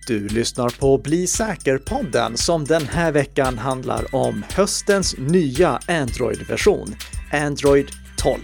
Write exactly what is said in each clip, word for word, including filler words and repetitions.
Du lyssnar på Bli säker-podden som den här veckan handlar om höstens nya Android-version, Android tolv.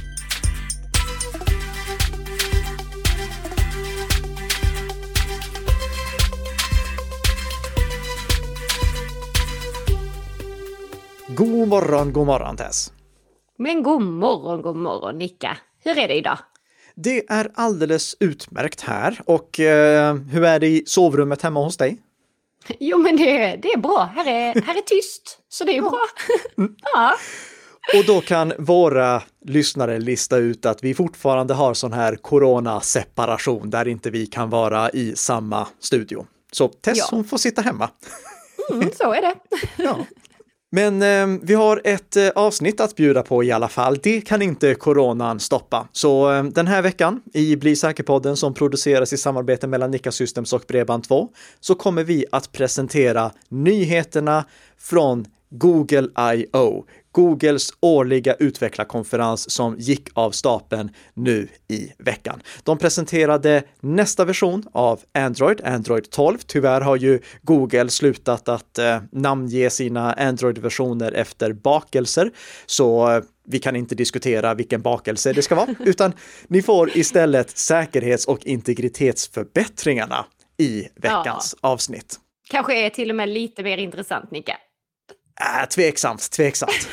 God morgon, god morgon Tess. Men god morgon, god morgon Nika. Hur är det idag? Det är alldeles utmärkt här. Och eh, hur är det i sovrummet hemma hos dig? Jo men det, det är bra. Här är, här är tyst, så det är ja. bra. ja. Och då kan våra lyssnare lista ut att vi fortfarande har sån här coronaseparation där inte vi kan vara i samma studio. Så Tess ja. hon får sitta hemma. Mm, så är det. ja. Men eh, vi har ett eh, avsnitt att bjuda på i alla fall. Det kan inte coronan stoppa. Så eh, den här veckan i Bli säker-podden som produceras i samarbete mellan Nika Systems och Bredband två så kommer vi att presentera nyheterna från Google I O. Googles årliga utvecklarkonferens som gick av stapeln nu i veckan. De presenterade nästa version av Android, Android tolv. Tyvärr har ju Google slutat att eh, namnge sina Android-versioner efter bakelser, så eh, vi kan inte diskutera vilken bakelse det ska vara, utan ni får istället säkerhets- och integritetsförbättringarna i veckans ja. avsnitt. Kanske är till och med lite mer intressant, Nika. Äh, tveksamt, tveksamt.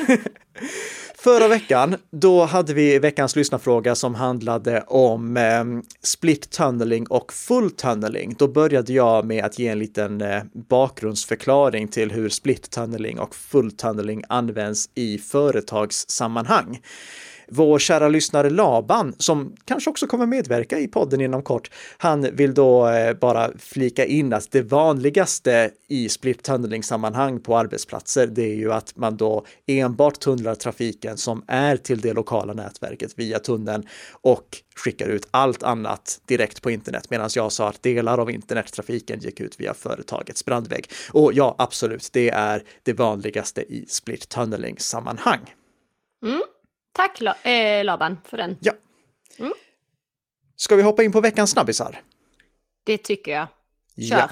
Förra veckan, då hade vi veckans lyssnarfråga som handlade om eh, split tunneling och full tunneling. Då började jag med att ge en liten eh, bakgrundsförklaring till hur split tunneling och full tunneling används i företagssammanhang. Vår kära lyssnare Laban, som kanske också kommer medverka i podden inom kort, han vill då eh, bara flika in att det vanligaste i split tunneling-sammanhang på arbetsplatser, det är ju att man då enbart tunnlar trafiken som är till det lokala nätverket via tunneln och skickar ut allt annat direkt på internet, medan jag sa att delar av internettrafiken gick ut via företagets brandvägg. Och ja, absolut, det är det vanligaste i split tunneling-sammanhang. Mm. Tack äh, Laban för den. Ja. Mm. Ska vi hoppa in på veckans snabbisar? Det tycker jag. Kör. Ja.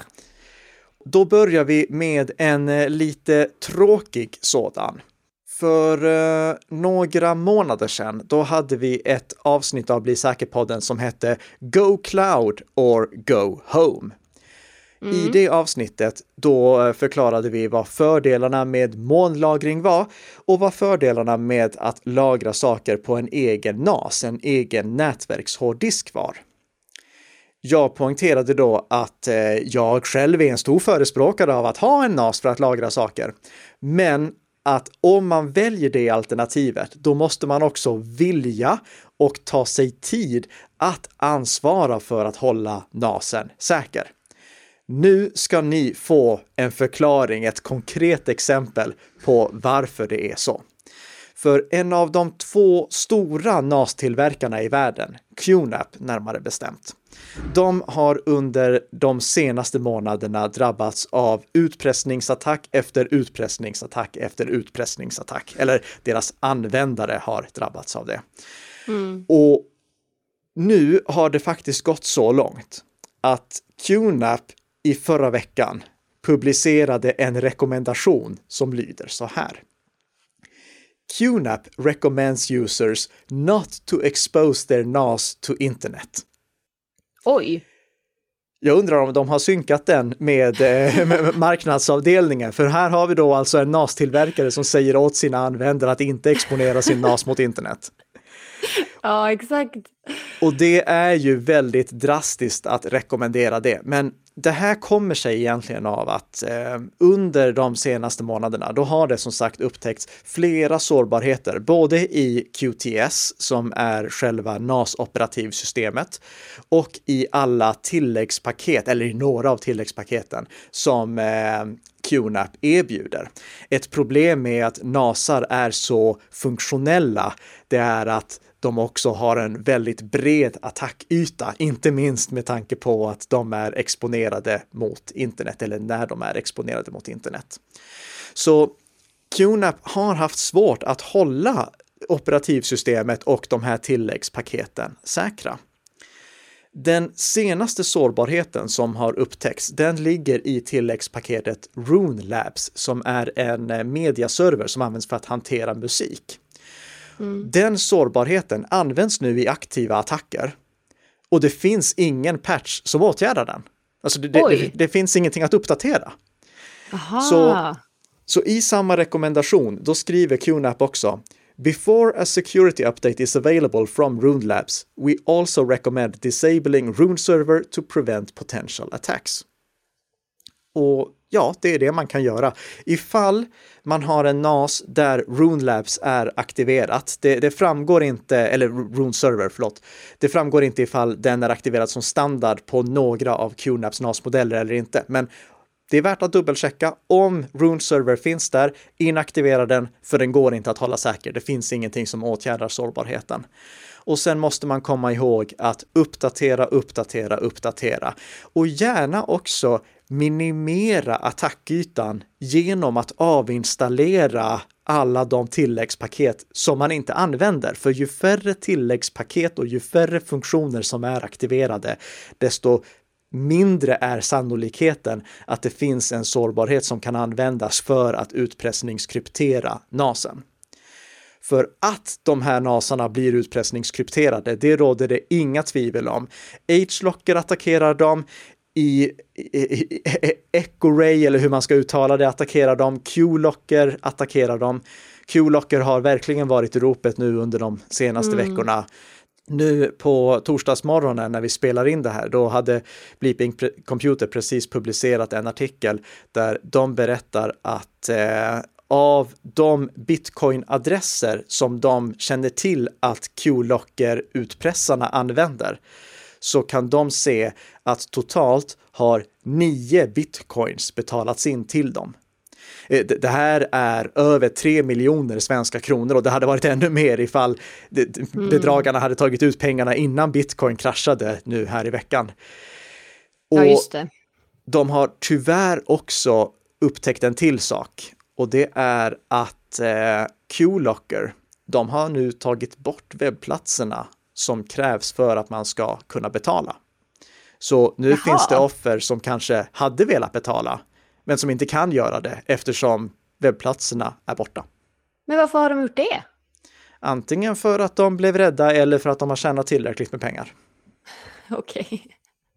Då börjar vi med en eh, lite tråkig sådan. För eh, några månader sedan då hade vi ett avsnitt av Bli säker-podden som hette Go Cloud or Go Home. Mm. I det avsnittet då förklarade vi vad fördelarna med molnlagring var och vad fördelarna med att lagra saker på en egen N A S, en egen nätverkshårddisk var. Jag poängterade då att eh, jag själv är en stor förespråkare av att ha en N A S för att lagra saker. Men att om man väljer det alternativet, då måste man också vilja och ta sig tid att ansvara för att hålla N A Sen säker. Nu ska ni få en förklaring, ett konkret exempel på varför det är så. För en av de två stora N A S-tillverkarna i världen, Q N A P närmare bestämt, de har under de senaste månaderna drabbats av utpressningsattack efter utpressningsattack efter utpressningsattack. Eller deras användare har drabbats av det. Mm. Och nu har det faktiskt gått så långt att Q N A P i förra veckan publicerade en rekommendation som lyder så här. Q N A P recommends users not to expose their N A S to internet. Oj. Jag undrar om de har synkat den med, med marknadsavdelningen. För här har vi då alltså en N A S-tillverkare som säger åt sina användare att inte exponera sin N A S mot internet. Ja, exakt. Och det är ju väldigt drastiskt att rekommendera det. Men det här kommer sig egentligen av att eh, under de senaste månaderna då har det som sagt upptäckts flera sårbarheter. Både i Q T S som är själva N A S-operativsystemet och i alla tilläggspaket eller i några av tilläggspaketen som eh, Q N A P erbjuder. Ett problem med att N A Sar är så funktionella, det är att de också har en väldigt bred attackyta, inte minst med tanke på att de är exponerade mot internet eller när de är exponerade mot internet. Så Q N A P har haft svårt att hålla operativsystemet och de här tilläggspaketen säkra. Den senaste sårbarheten som har upptäckts, den ligger i tilläggspaketet Rune Labs som är en mediaserver som används för att hantera musik. Mm. Den sårbarheten används nu i aktiva attacker och det finns ingen patch som åtgärdar den. Alltså det, det, det, det finns ingenting att uppdatera. Aha. Så, så i samma rekommendation, då skriver Q NAP också: Before a security update is available from Rune Labs, we also recommend disabling Rune Server to prevent potential attacks. Och ja, det är det man kan göra. Ifall man har en N A S där Rune Labs är aktiverat, det, det framgår inte, eller Rune Server, förlåt, det framgår inte ifall den är aktiverad som standard på några av Q NAPs N A S-modeller eller inte, men det är värt att dubbelchecka om Rune Server finns där, inaktivera den, för den går inte att hålla säker. Det finns ingenting som åtgärdar sårbarheten. Och sen måste man komma ihåg att uppdatera, uppdatera, uppdatera. Och gärna också minimera attackytan genom att avinstallera alla de tilläggspaket som man inte använder. För ju färre tilläggspaket och ju färre funktioner som är aktiverade, desto mindre är sannolikheten att det finns en sårbarhet som kan användas för att utpressningskryptera NASen. För att de här NASarna blir utpressningskrypterade, det råder det inga tvivel om. H-locker attackerar dem, i, i, i, i Echo-ray eller hur man ska uttala det attackerar dem, Q-locker attackerar dem. Q-locker har verkligen varit i ropet nu under de senaste mm. veckorna. Nu på torsdagsmorgonen när vi spelar in det här, då hade Bleeping Computer precis publicerat en artikel där de berättar att eh, av de bitcoin-adresser som de känner till att Q-locker-utpressarna använder, så kan de se att totalt har nio bitcoins betalats in till dem. Det här är över tre miljoner svenska kronor och det hade varit ännu mer ifall bedragarna hade tagit ut pengarna innan bitcoin kraschade nu här i veckan. Och ja, just det. De har tyvärr också upptäckt en till sak, och det är att eh, Q-locker, de har nu tagit bort webbplatserna som krävs för att man ska kunna betala. Så nu Jaha. finns det offer som kanske hade velat betala men som inte kan göra det eftersom webbplatserna är borta. Men varför har de gjort det? Antingen för att de blev rädda eller för att de har tjänat tillräckligt med pengar. Okej. Okay.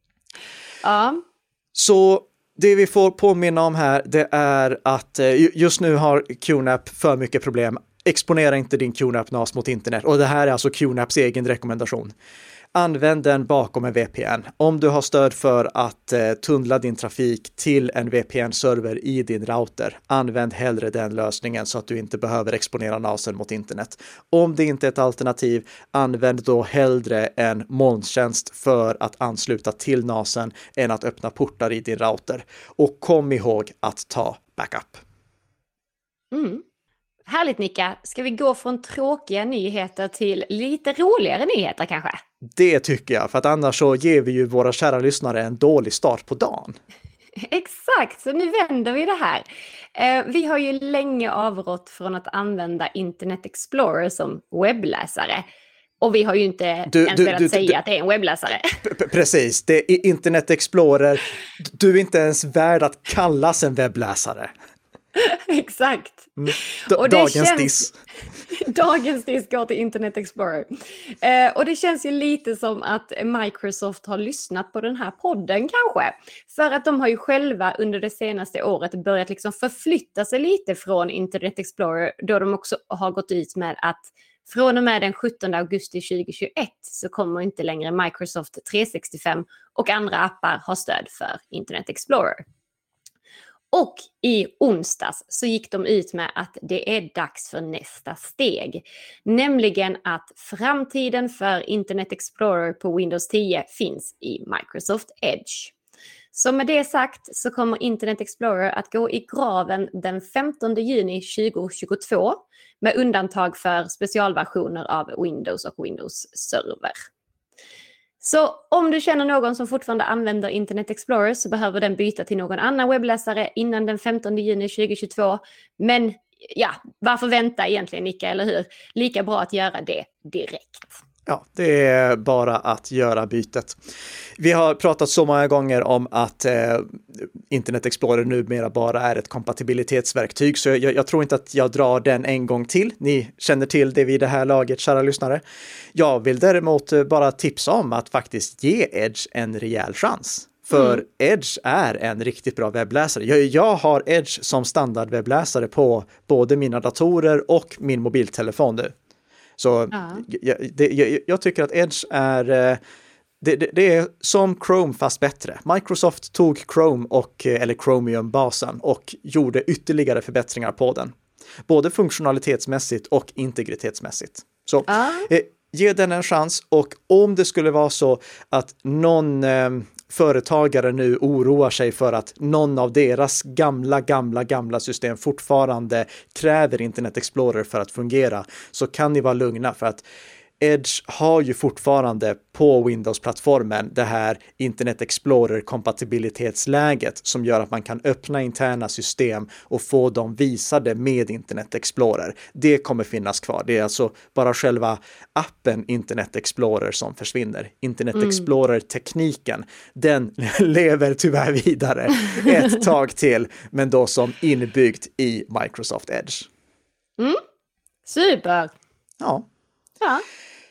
Ja. Så det vi får påminna om här, det är att just nu har Q NAP för mycket problem. Exponera inte din Q NAP N A S mot internet. Och det här är alltså Q NAPs egen rekommendation. Använd den bakom en V P N. Om du har stöd för att eh, tunnla din trafik till en V P N-server i din router, använd hellre den lösningen så att du inte behöver exponera N A Sen mot internet. Om det inte är ett alternativ, använd då hellre en molntjänst för att ansluta till N A Sen än att öppna portar i din router. Och kom ihåg att ta backup. Mm. Härligt, Nika. Ska vi gå från tråkiga nyheter till lite roligare nyheter kanske? Det tycker jag, för att annars så ger vi ju våra kära lyssnare en dålig start på dagen. Exakt, så nu vänder vi det här. Eh, vi har ju länge avrått från att använda Internet Explorer som webbläsare. Och vi har ju inte du, ens du, velat du, säga du, att det är en webbläsare. P- precis, det är Internet Explorer. Du är inte ens värd att kallas en webbläsare. Exakt. Mm. D- och dagens känns... diss. Dagens diss går till Internet Explorer. Eh, och det känns ju lite som att Microsoft har lyssnat på den här podden kanske. För att de har ju själva under det senaste året börjat liksom förflytta sig lite från Internet Explorer. Då de också har gått ut med att från och med den sjuttonde augusti tjugohundratjugoett så kommer inte längre Microsoft trehundrasextiofem och andra appar ha stöd för Internet Explorer. Och i onsdags så gick de ut med att det är dags för nästa steg. Nämligen att framtiden för Internet Explorer på Windows tio finns i Microsoft Edge. Så med det sagt så kommer Internet Explorer att gå i graven den femtonde juni tjugohundratjugotvå med undantag för specialversioner av Windows och Windows Server. Så om du känner någon som fortfarande använder Internet Explorer så behöver den byta till någon annan webbläsare innan den femtonde juni tjugohundratjugotvå. Men ja, varför vänta egentligen, Nika, eller hur? Lika bra att göra det direkt. Ja, det är bara att göra bytet. Vi har pratat så många gånger om att eh, Internet Explorer numera bara är ett kompatibilitetsverktyg, så jag, jag tror inte att jag drar den en gång till. Ni känner till det vid det här laget, kära lyssnare. Jag vill däremot bara tipsa om att faktiskt ge Edge en rejäl chans. För mm. Edge är en riktigt bra webbläsare. Jag, jag har Edge som standardwebbläsare på både mina datorer och min mobiltelefon nu. Så ja. jag, det, jag, jag tycker att Edge är, det, det, det är som Chrome fast bättre. Microsoft tog Chrome och, eller Chromium-basen och gjorde ytterligare förbättringar på den. Både funktionalitetsmässigt och integritetsmässigt. Så ja. eh, ge den en chans, och om det skulle vara så att någon eh, företagare nu oroar sig för att någon av deras gamla, gamla, gamla system fortfarande kräver Internet Explorer för att fungera, så kan ni vara lugna, för att Edge har ju fortfarande på Windows-plattformen det här Internet Explorer-kompatibilitetsläget som gör att man kan öppna interna system och få dem visade med Internet Explorer. Det kommer finnas kvar. Det är alltså bara själva appen Internet Explorer som försvinner. Internet mm. Explorer-tekniken, den lever tyvärr vidare ett tag till, men då som inbyggt i Microsoft Edge. Mm. Super! Ja. Ja.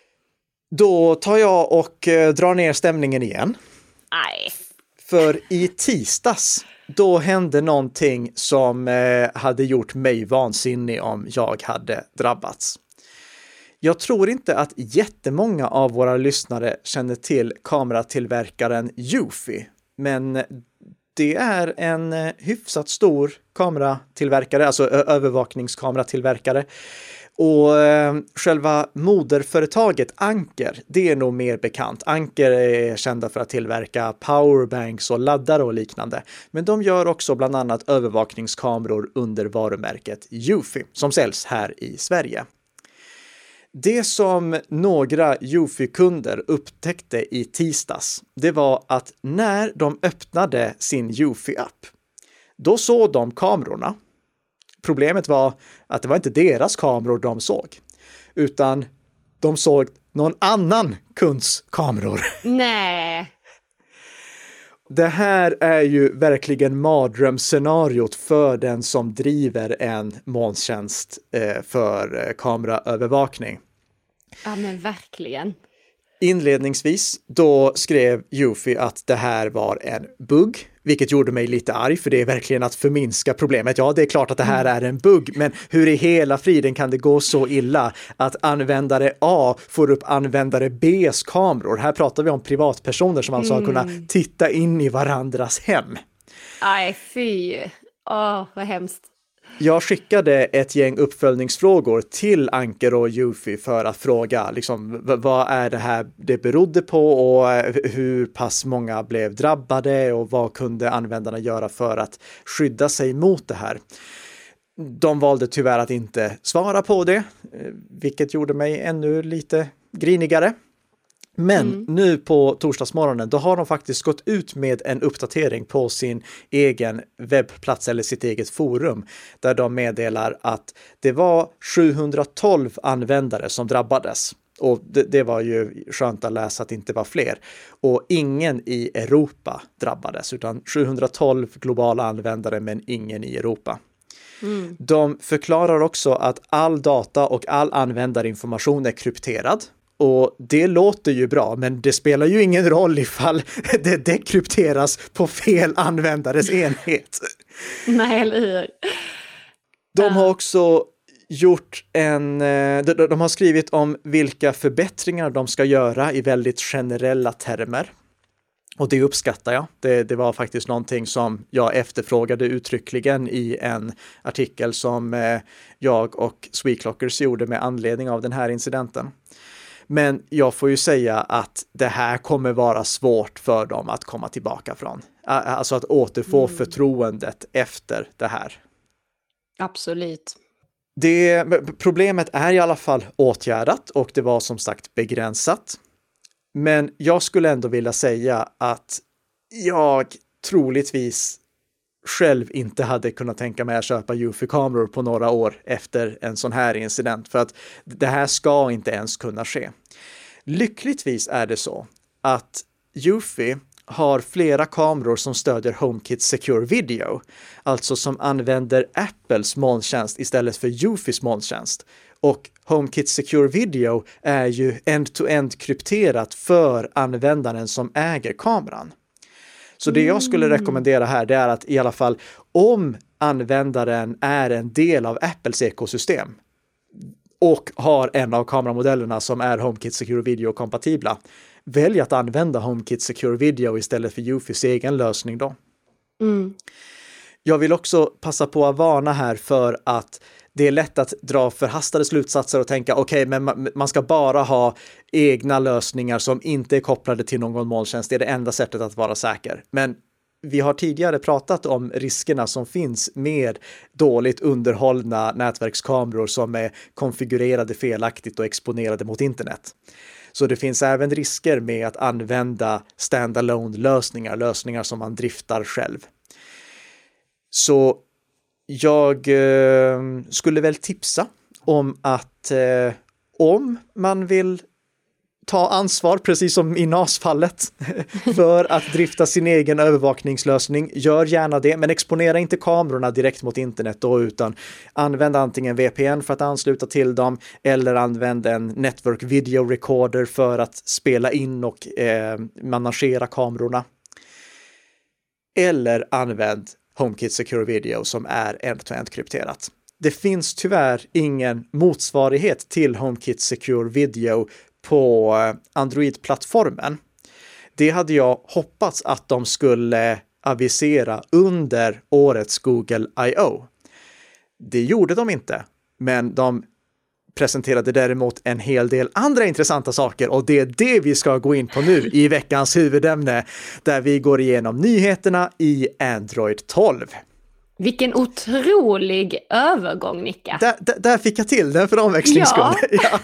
Då tar jag och eh, drar ner stämningen igen. Nej. För i tisdags, då hände någonting som eh, hade gjort mig vansinnig om jag hade drabbats. Jag tror inte att jättemånga av våra lyssnare känner till kameratillverkaren Eufy, men det är en eh, hyfsat stor kameratillverkare, alltså ö- övervakningskameratillverkare. Och eh, själva moderföretaget Anker, det är nog mer bekant. Anker är kända för att tillverka powerbanks och laddare och liknande. Men de gör också bland annat övervakningskameror under varumärket Eufy som säljs här i Sverige. Det som några Eufy-kunder upptäckte i tisdags, det var att när de öppnade sin Eufy-app, då såg de kamerorna. Problemet var att det var inte deras kameror de såg, utan de såg någon annan kunds kameror. Nej. Det här är ju verkligen mardrömsscenariot för den som driver en molntjänst eh, för kameraövervakning. Ja, men verkligen. Inledningsvis då skrev Eufy att det här var en bugg, vilket gjorde mig lite arg, för det är verkligen att förminska problemet. Ja, det är klart att det här är en bugg, men hur i hela friden kan det gå så illa att användare A får upp användare B:s kameror? Här pratar vi om privatpersoner som alltså mm. har kunnat titta in i varandras hem. Aj, fy. Åh, vad hemskt. Jag skickade ett gäng uppföljningsfrågor till Anker och Eufy för att fråga liksom, vad är det här det berodde på och hur pass många blev drabbade och vad kunde användarna göra för att skydda sig mot det här. De valde tyvärr att inte svara på det, vilket gjorde mig ännu lite grinigare. Men mm. nu på torsdagsmorgonen, då har de faktiskt gått ut med en uppdatering på sin egen webbplats eller sitt eget forum, där de meddelar att det var sjuhundratolv användare som drabbades. Och det, det var ju skönt att läsa att det inte var fler. Och ingen i Europa drabbades, utan sjuhundratolv globala användare men ingen i Europa. Mm. De förklarar också att all data och all användarinformation är krypterad. Och det låter ju bra, men det spelar ju ingen roll ifall det dekrypteras på fel användares enhet. Nej, eller hur? De har också gjort en... De har skrivit om vilka förbättringar de ska göra i väldigt generella termer. Och det uppskattar jag. Det, det var faktiskt någonting som jag efterfrågade uttryckligen i en artikel som jag och Sweetlockers gjorde med anledning av den här incidenten. Men jag får ju säga att det här kommer vara svårt för dem att komma tillbaka från. Alltså att återfå mm. förtroendet efter det här. Absolut. Det, problemet är i alla fall åtgärdat och det var som sagt begränsat. Men jag skulle ändå vilja säga att jag troligtvis själv inte hade kunnat tänka mig att köpa Eufy-kameror på några år efter en sån här incident, för att det här ska inte ens kunna ske. Lyckligtvis är det så att Eufy har flera kameror som stödjer HomeKit Secure Video, alltså som använder Apples molntjänst istället för Eufys molntjänst. Och HomeKit Secure Video är ju end-to-end krypterat för användaren som äger kameran. Så det jag skulle rekommendera här, det är att i alla fall om användaren är en del av Apples ekosystem och har en av kameramodellerna som är HomeKit Secure Video-kompatibla, välj att använda HomeKit Secure Video istället för Eufys egen lösning då. Mm. Jag vill också passa på att varna här för att det är lätt att dra förhastade slutsatser och tänka okej, okay, men man ska bara ha egna lösningar som inte är kopplade till någon molntjänst. Det är det enda sättet att vara säker. Men vi har tidigare pratat om riskerna som finns med dåligt underhållna nätverkskameror som är konfigurerade felaktigt och exponerade mot internet. Så det finns även risker med att använda standalone-lösningar, lösningar som man driftar själv. Så jag eh, skulle väl tipsa om att eh, om man vill ta ansvar, precis som i N A S-fallet, för att drifta sin egen övervakningslösning, gör gärna det, men exponera inte kamerorna direkt mot internet då, utan använd antingen V P N för att ansluta till dem eller använd en Network Video Recorder för att spela in och eh, managera kamerorna. Eller använd HomeKit Secure Video som är end-to-end krypterat. Det finns tyvärr ingen motsvarighet till HomeKit Secure Video på Android-plattformen. Det hade jag hoppats att de skulle avisera under årets Google I O. Det gjorde de inte, men de presenterade däremot en hel del andra intressanta saker, och det är det vi ska gå in på nu i veckans huvudämne, där vi går igenom nyheterna i Android tolv. Vilken otrolig övergång, Nicka. Där, där, där fick jag till den för omväxlings skull. Ja. Ja.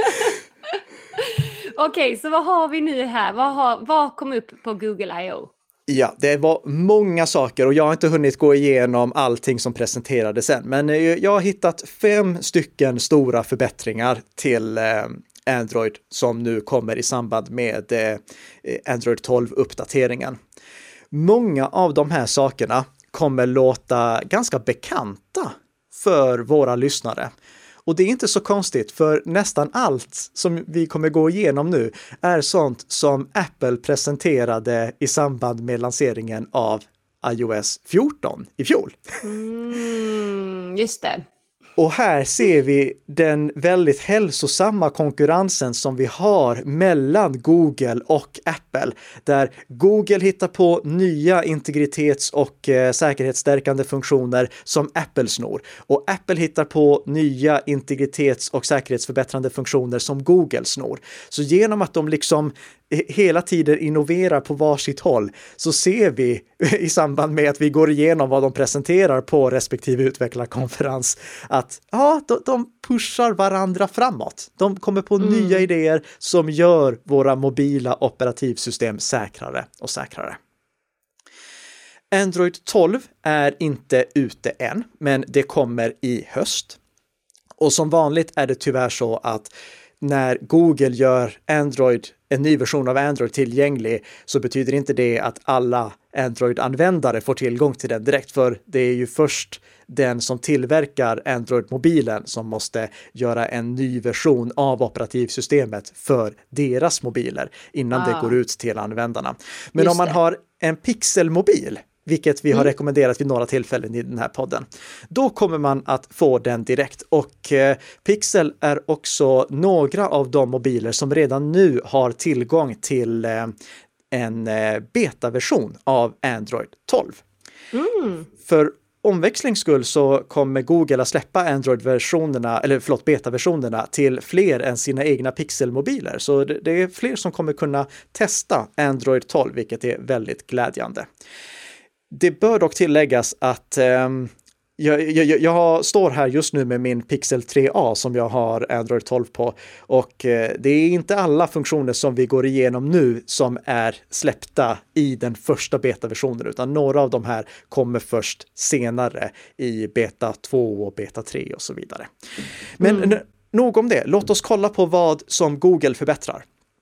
Okej, så vad har vi nu här? Vad, har, vad kom upp på Google I O? Ja, det var många saker och jag har inte hunnit gå igenom allting som presenterades än. Men jag har hittat fem stycken stora förbättringar till eh, Android som nu kommer i samband med eh, Android tolv-uppdateringen. Många av de här sakerna kommer låta ganska bekanta för våra lyssnare. Och det är inte så konstigt, för nästan allt som vi kommer gå igenom nu är sånt som Apple presenterade i samband med lanseringen av i O S fjorton i fjol. Mm, just det. Och här ser vi den väldigt hälsosamma konkurrensen som vi har mellan Google och Apple, där Google hittar på nya integritets- och eh, säkerhetsstärkande funktioner som Apple snor, och Apple hittar på nya integritets- och säkerhetsförbättrande funktioner som Google snor. Så genom att de liksom hela tiden innoverar på varsitt håll, så ser vi i samband med att vi går igenom vad de presenterar på respektive utvecklarkonferens att ja, de, de pushar varandra framåt. De kommer på mm. nya idéer som gör våra mobila operativsystem säkrare och säkrare. Android tolv är inte ute än, men det kommer i höst. Och som vanligt är det tyvärr så att när Google gör Android, en ny version av Android tillgänglig, så betyder inte det att alla Android-användare får tillgång till den direkt, för det är ju först den som tillverkar Android-mobilen som måste göra en ny version av operativsystemet för deras mobiler innan ah. det går ut till användarna. Men Just om man det. har en Pixel-mobil, vilket vi har mm. rekommenderat vid några tillfällen i den här podden, då kommer man att få den direkt. Och eh, Pixel är också några av de mobiler som redan nu har tillgång till eh, en eh, betaversion av Android tolv. Mm. För omväxlingsskull så kommer Google att släppa Android-versionerna, eller förlåt, beta-versionerna till fler än sina egna Pixel-mobiler. Så det, det är fler som kommer kunna testa Android tolv, vilket är väldigt glädjande. Det bör dock tilläggas att eh, jag, jag, jag står här just nu med min Pixel tre A som jag har Android tolv på, och eh, det är inte alla funktioner som vi går igenom nu som är släppta i den första beta-versionen, utan några av de här kommer först senare i beta två och beta tre och så vidare. Men mm. nog om det. Låt oss kolla på vad som Google förbättrar.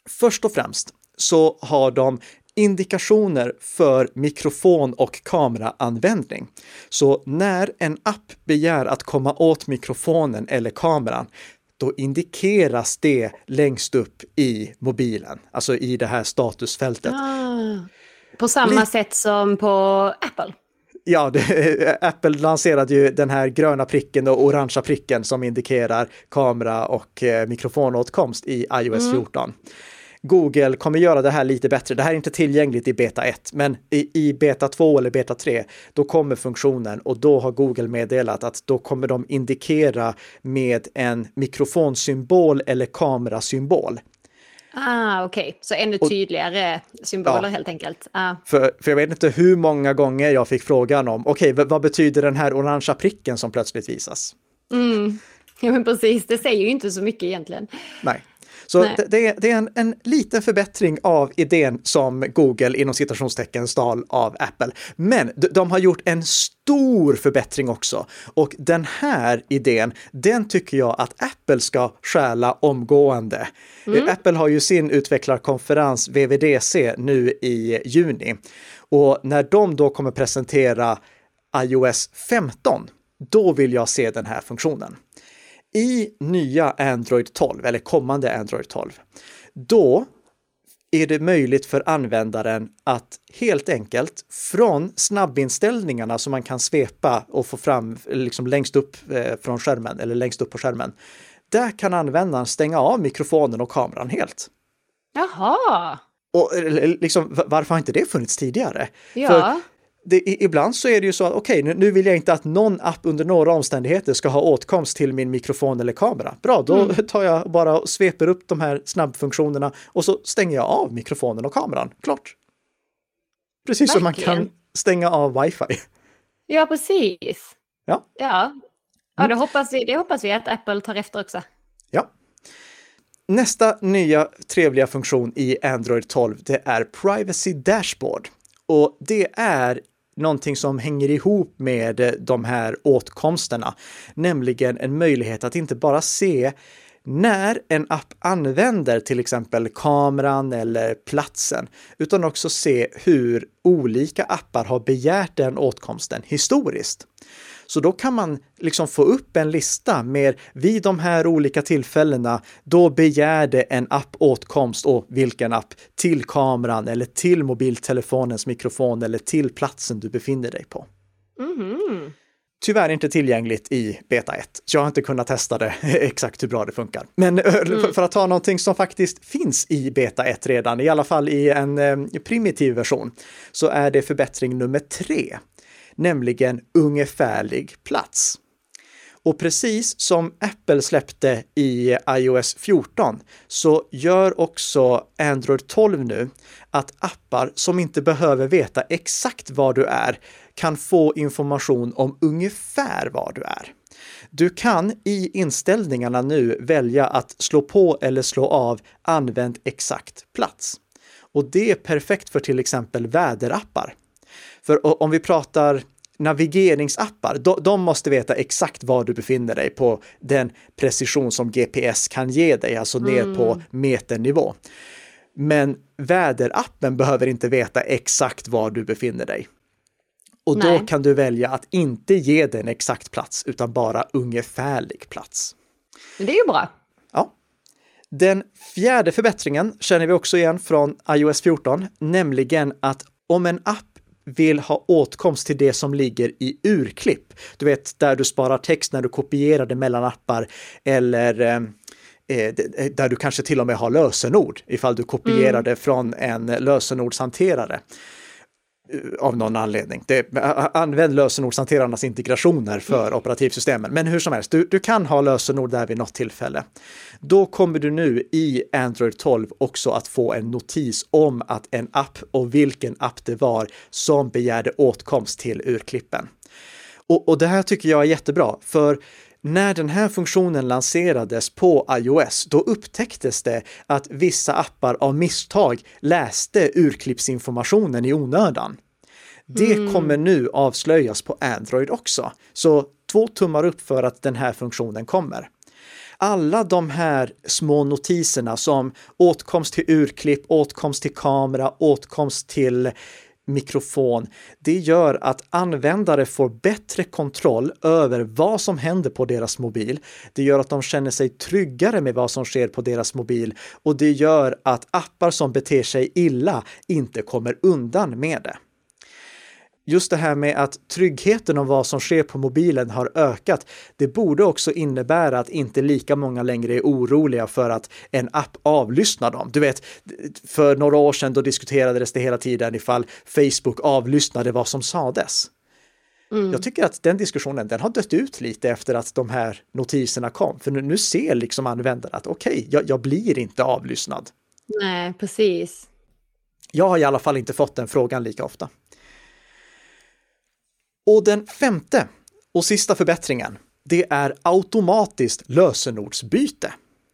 Först och främst så har de indikationer för mikrofon- och kameraanvändning. Så när en app begär att komma åt mikrofonen eller kameran, då indikeras det längst upp i mobilen, alltså i det här statusfältet. Ah, på samma Lite... sätt som på Apple. Ja, det, Apple lanserade ju den här gröna pricken och orangea pricken som indikerar kamera- och eh, mikrofonåtkomst i iOS fjorton. Mm. Google kommer göra det här lite bättre. Det här är inte tillgängligt i beta ett, men i, i beta två eller beta tre, då kommer funktionen och då har Google meddelat att då kommer de indikera med en mikrofonsymbol eller kamerasymbol. Ah, okej. Okay. Så ännu tydligare och, symboler ja, helt enkelt. Ah. För, för jag vet inte hur många gånger jag fick frågan om, okej, okay, vad betyder den här orangea pricken som plötsligt visas? Mm. Ja, men precis. Det säger ju inte så mycket egentligen. Nej. Så det, det, är, det är en, en liten förbättring av idén som Google inom citationstecken stal av Apple. Men de, de har gjort en stor förbättring också. Och den här idén, den tycker jag att Apple ska stjäla omgående. Mm. Apple har ju sin utvecklarkonferens W W D C nu i juni. Och när de då kommer presentera iOS femton, då vill jag se den här funktionen. I nya Android tolv, eller kommande Android tolv, då är det möjligt för användaren att helt enkelt från snabbinställningarna som man kan svepa och få fram liksom längst upp från skärmen eller längst upp på skärmen, där kan användaren stänga av mikrofonen och kameran helt. Jaha! Och liksom, varför har inte det funnits tidigare? Ja. För Det, ibland så är det ju så att okej, okay, nu, nu vill jag inte att någon app under några omständigheter ska ha åtkomst till min mikrofon eller kamera. Bra, då mm. tar jag bara och sveper upp de här snabbfunktionerna och så stänger jag av mikrofonen och kameran. Klart. Precis Verkligen. Som man kan stänga av wifi. Ja, precis. Ja. Ja, ja det, hoppas vi, det hoppas vi att Apple tar efter också. Ja. Nästa nya trevliga funktion i Android tolv, det är Privacy Dashboard. Och det är någonting som hänger ihop med de här åtkomsterna, nämligen en möjlighet att inte bara se när en app använder till exempel kameran eller platsen, utan också se hur olika appar har begärt den åtkomsten historiskt. Så då kan man liksom få upp en lista med vid de här olika tillfällena, då begärde en app åtkomst och vilken app till kameran eller till mobiltelefonens mikrofon eller till platsen du befinner dig på. Mm-hmm. Tyvärr inte tillgängligt i beta ett. Så jag har inte kunnat testa det exakt hur bra det funkar. Men mm. för att ta någonting som faktiskt finns i beta ett redan, i alla fall i en eh, primitiv version, så är det förbättring nummer tre. Nämligen ungefärlig plats. Och precis som Apple släppte i iOS fjorton så gör också Android tolv nu att appar som inte behöver veta exakt var du är kan få information om ungefär var du är. Du kan i inställningarna nu välja att slå på eller slå av använd exakt plats. Och det är perfekt för till exempel väderappar. För om vi pratar navigeringsappar, de, de måste veta exakt var du befinner dig på den precision som G P S kan ge dig, alltså ner mm. på meternivå. Men väderappen behöver inte veta exakt var du befinner dig. Och Nej. Då kan du välja att inte ge den exakt plats utan bara ungefärlig plats. Men det är ju bra. Ja. Den fjärde förbättringen känner vi också igen från iOS fjorton, nämligen att om en app vill ha åtkomst till det som ligger i urklipp. Du vet, där du sparar text när du kopierar det mellan appar eller eh, där du kanske till och med har lösenord ifall du kopierar mm. det från en lösenordshanterare. Av någon anledning. Det, använd lösenordshanterarnas integrationer för mm. operativsystemen. Men hur som helst, du, du kan ha lösenord där vid något tillfälle. Då kommer du nu i Android tolv också att få en notis om att en app och vilken app det var som begärde åtkomst till urklippen. Och, och det här tycker jag är jättebra, för när den här funktionen lanserades på iOS, då upptäcktes det att vissa appar av misstag läste urklippsinformationen i onödan. Det mm. kommer nu avslöjas på Android också. Så två tummar upp för att den här funktionen kommer. Alla de här små notiserna som åtkomst till urklipp, åtkomst till kamera, åtkomst till mikrofon, det gör att användare får bättre kontroll över vad som händer på deras mobil. Det gör att de känner sig tryggare med vad som sker på deras mobil och det gör att appar som beter sig illa inte kommer undan med det. Just det här med att tryggheten om vad som sker på mobilen har ökat, det borde också innebära att inte lika många längre är oroliga för att en app avlyssnar dem. Du vet, för några år sedan då diskuterades det hela tiden ifall Facebook avlyssnade vad som sades. Mm. Jag tycker att den diskussionen, den har dött ut lite efter att de här notiserna kom. För nu, nu ser liksom användare att okej, okay, jag, jag blir inte avlyssnad. Nej, precis. Jag har i alla fall inte fått den frågan lika ofta. Och den femte och sista förbättringen, det är automatiskt lösenordsbyte.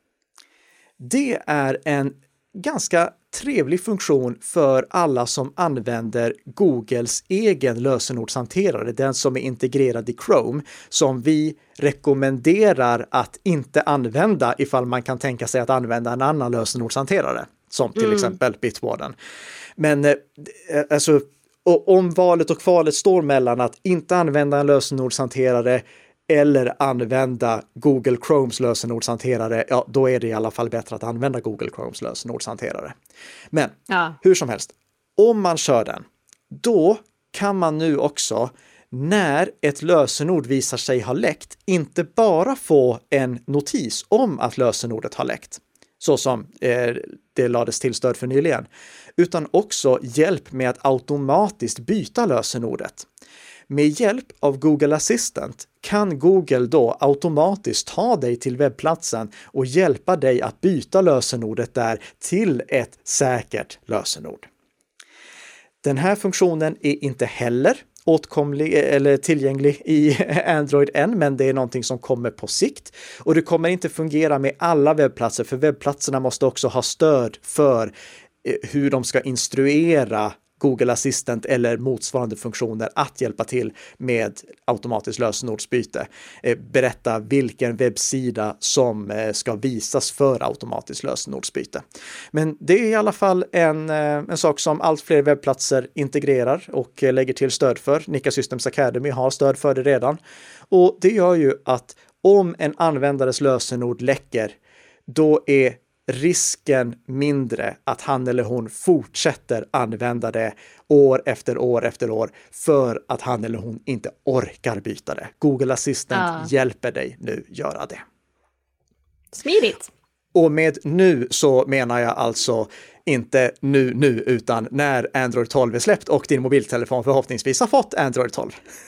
Det är en ganska trevlig funktion för alla som använder Googles egen lösenordshanterare, den som är integrerad i Chrome, som vi rekommenderar att inte använda ifall man kan tänka sig att använda en annan lösenordshanterare, som till mm. exempel Bitwarden. Men eh, alltså och om valet och kvalet står mellan att inte använda en lösenordshanterare eller använda Google Chromes lösenordshanterare, ja, då är det i alla fall bättre att använda Google Chromes lösenordshanterare. Men ja. Hur som helst, om man kör den, då kan man nu också, när ett lösenord visar sig ha läckt, inte bara få en notis om att lösenordet har läckt, så som eh, det lades till stöd för nyligen, utan också hjälp med att automatiskt byta lösenordet. Med hjälp av Google Assistant kan Google då automatiskt ta dig till webbplatsen och hjälpa dig att byta lösenordet där till ett säkert lösenord. Den här funktionen är inte heller åtkomlig eller tillgänglig i Android än, men det är någonting som kommer på sikt. Och det kommer inte fungera med alla webbplatser, för webbplatserna måste också ha stöd för hur de ska instruera Google Assistant eller motsvarande funktioner att hjälpa till med automatiskt lösenordsbyte. Berätta vilken webbsida som ska visas för automatiskt lösenordsbyte. Men det är i alla fall en, en sak som allt fler webbplatser integrerar och lägger till stöd för. Nika Systems Academy har stöd för det redan. Och det gör ju att om en användares lösenord läcker, då är risken mindre att han eller hon fortsätter använda det år efter år efter år för att han eller hon inte orkar byta det. Google Assistant ja. hjälper dig nu göra det. Smidigt. Och med nu så menar jag alltså inte nu nu utan när Android tolv är släppt och din mobiltelefon förhoppningsvis har fått Android tolv.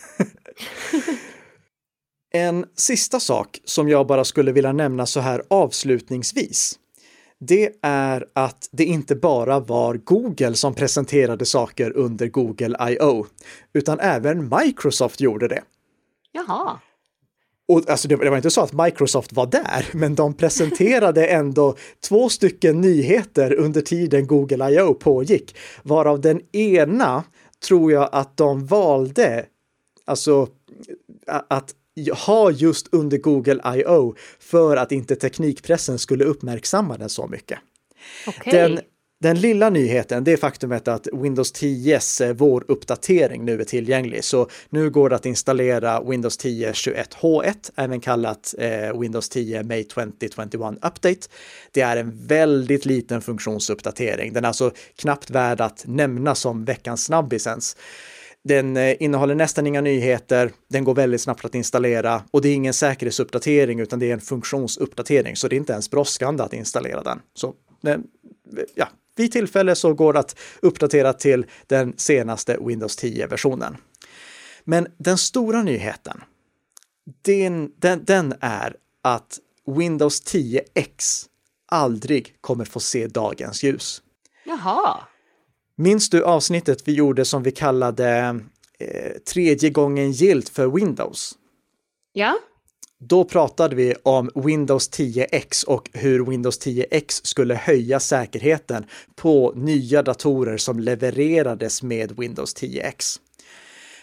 En sista sak som jag bara skulle vilja nämna så här avslutningsvis, det är att det inte bara var Google som presenterade saker under Google I O, utan även Microsoft gjorde det. Jaha. Och alltså det, det var inte så att Microsoft var där, men de presenterade ändå två stycken nyheter under tiden Google I O pågick, varav den ena tror jag att de valde alltså att ha just under Google I O för att inte teknikpressen skulle uppmärksamma den så mycket. Okay. Den, den lilla nyheten, det är faktumet att Windows tios våruppdatering nu är tillgänglig. Så nu går det att installera Windows tio tjugoett H ett, även kallat eh, Windows tio May tjugo tjugoett Update. Det är en väldigt liten funktionsuppdatering. Den är alltså knappt värd att nämna som veckans snabbisens. Den innehåller nästan inga nyheter, den går väldigt snabbt att installera och det är ingen säkerhetsuppdatering utan det är en funktionsuppdatering, så det är inte ens brådskande att installera den. Så ja, vid tillfälle så går det att uppdatera till den senaste Windows tio-versionen. Men den stora nyheten, den, den, den är att Windows tio X aldrig kommer få se dagens ljus. Jaha. Minns du avsnittet vi gjorde som vi kallade eh, tredje gången gilt för Windows? Ja. Då pratade vi om Windows tio X och hur Windows tio X skulle höja säkerheten på nya datorer som levererades med Windows tio X.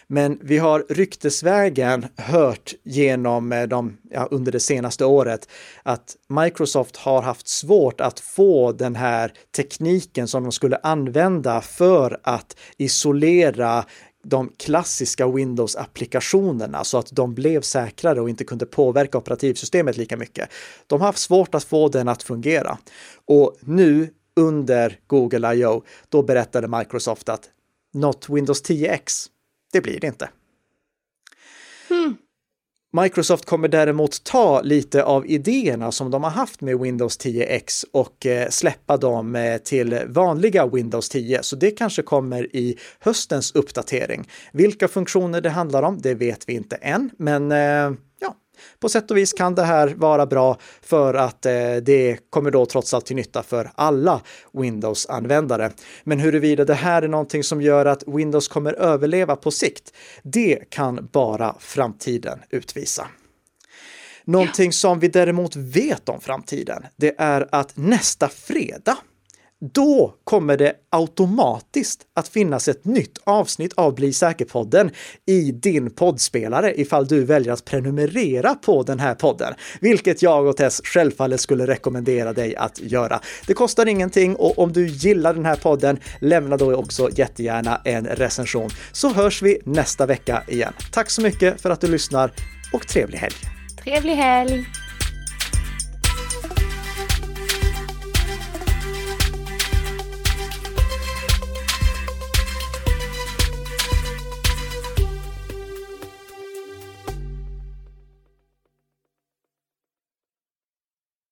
Men vi har ryktesvägen hört genom de, ja, under det senaste året att Microsoft har haft svårt att få den här tekniken som de skulle använda för att isolera de klassiska Windows-applikationerna så att de blev säkrare och inte kunde påverka operativsystemet lika mycket. De har haft svårt att få den att fungera. Och nu under Google I O, då berättade Microsoft att något Windows tio X, det blir det inte. Hmm. Microsoft kommer däremot ta lite av idéerna som de har haft med Windows tio X och släppa dem till vanliga Windows tio. Så det kanske kommer i höstens uppdatering. Vilka funktioner det handlar om, det vet vi inte än. Men ja, på sätt och vis kan det här vara bra för att det kommer då trots allt till nytta för alla Windows-användare. Men huruvida det här är någonting som gör att Windows kommer överleva på sikt, det kan bara framtiden utvisa. Någonting som vi däremot vet om framtiden, det är att nästa fredag, då kommer det automatiskt att finnas ett nytt avsnitt av Bli säker-podden i din poddspelare ifall du väljer att prenumerera på den här podden, vilket jag och Tess självfallet skulle rekommendera dig att göra. Det kostar ingenting och om du gillar den här podden, lämna då också jättegärna en recension, så hörs vi nästa vecka igen. Tack så mycket för att du lyssnar och trevlig helg! Trevlig helg!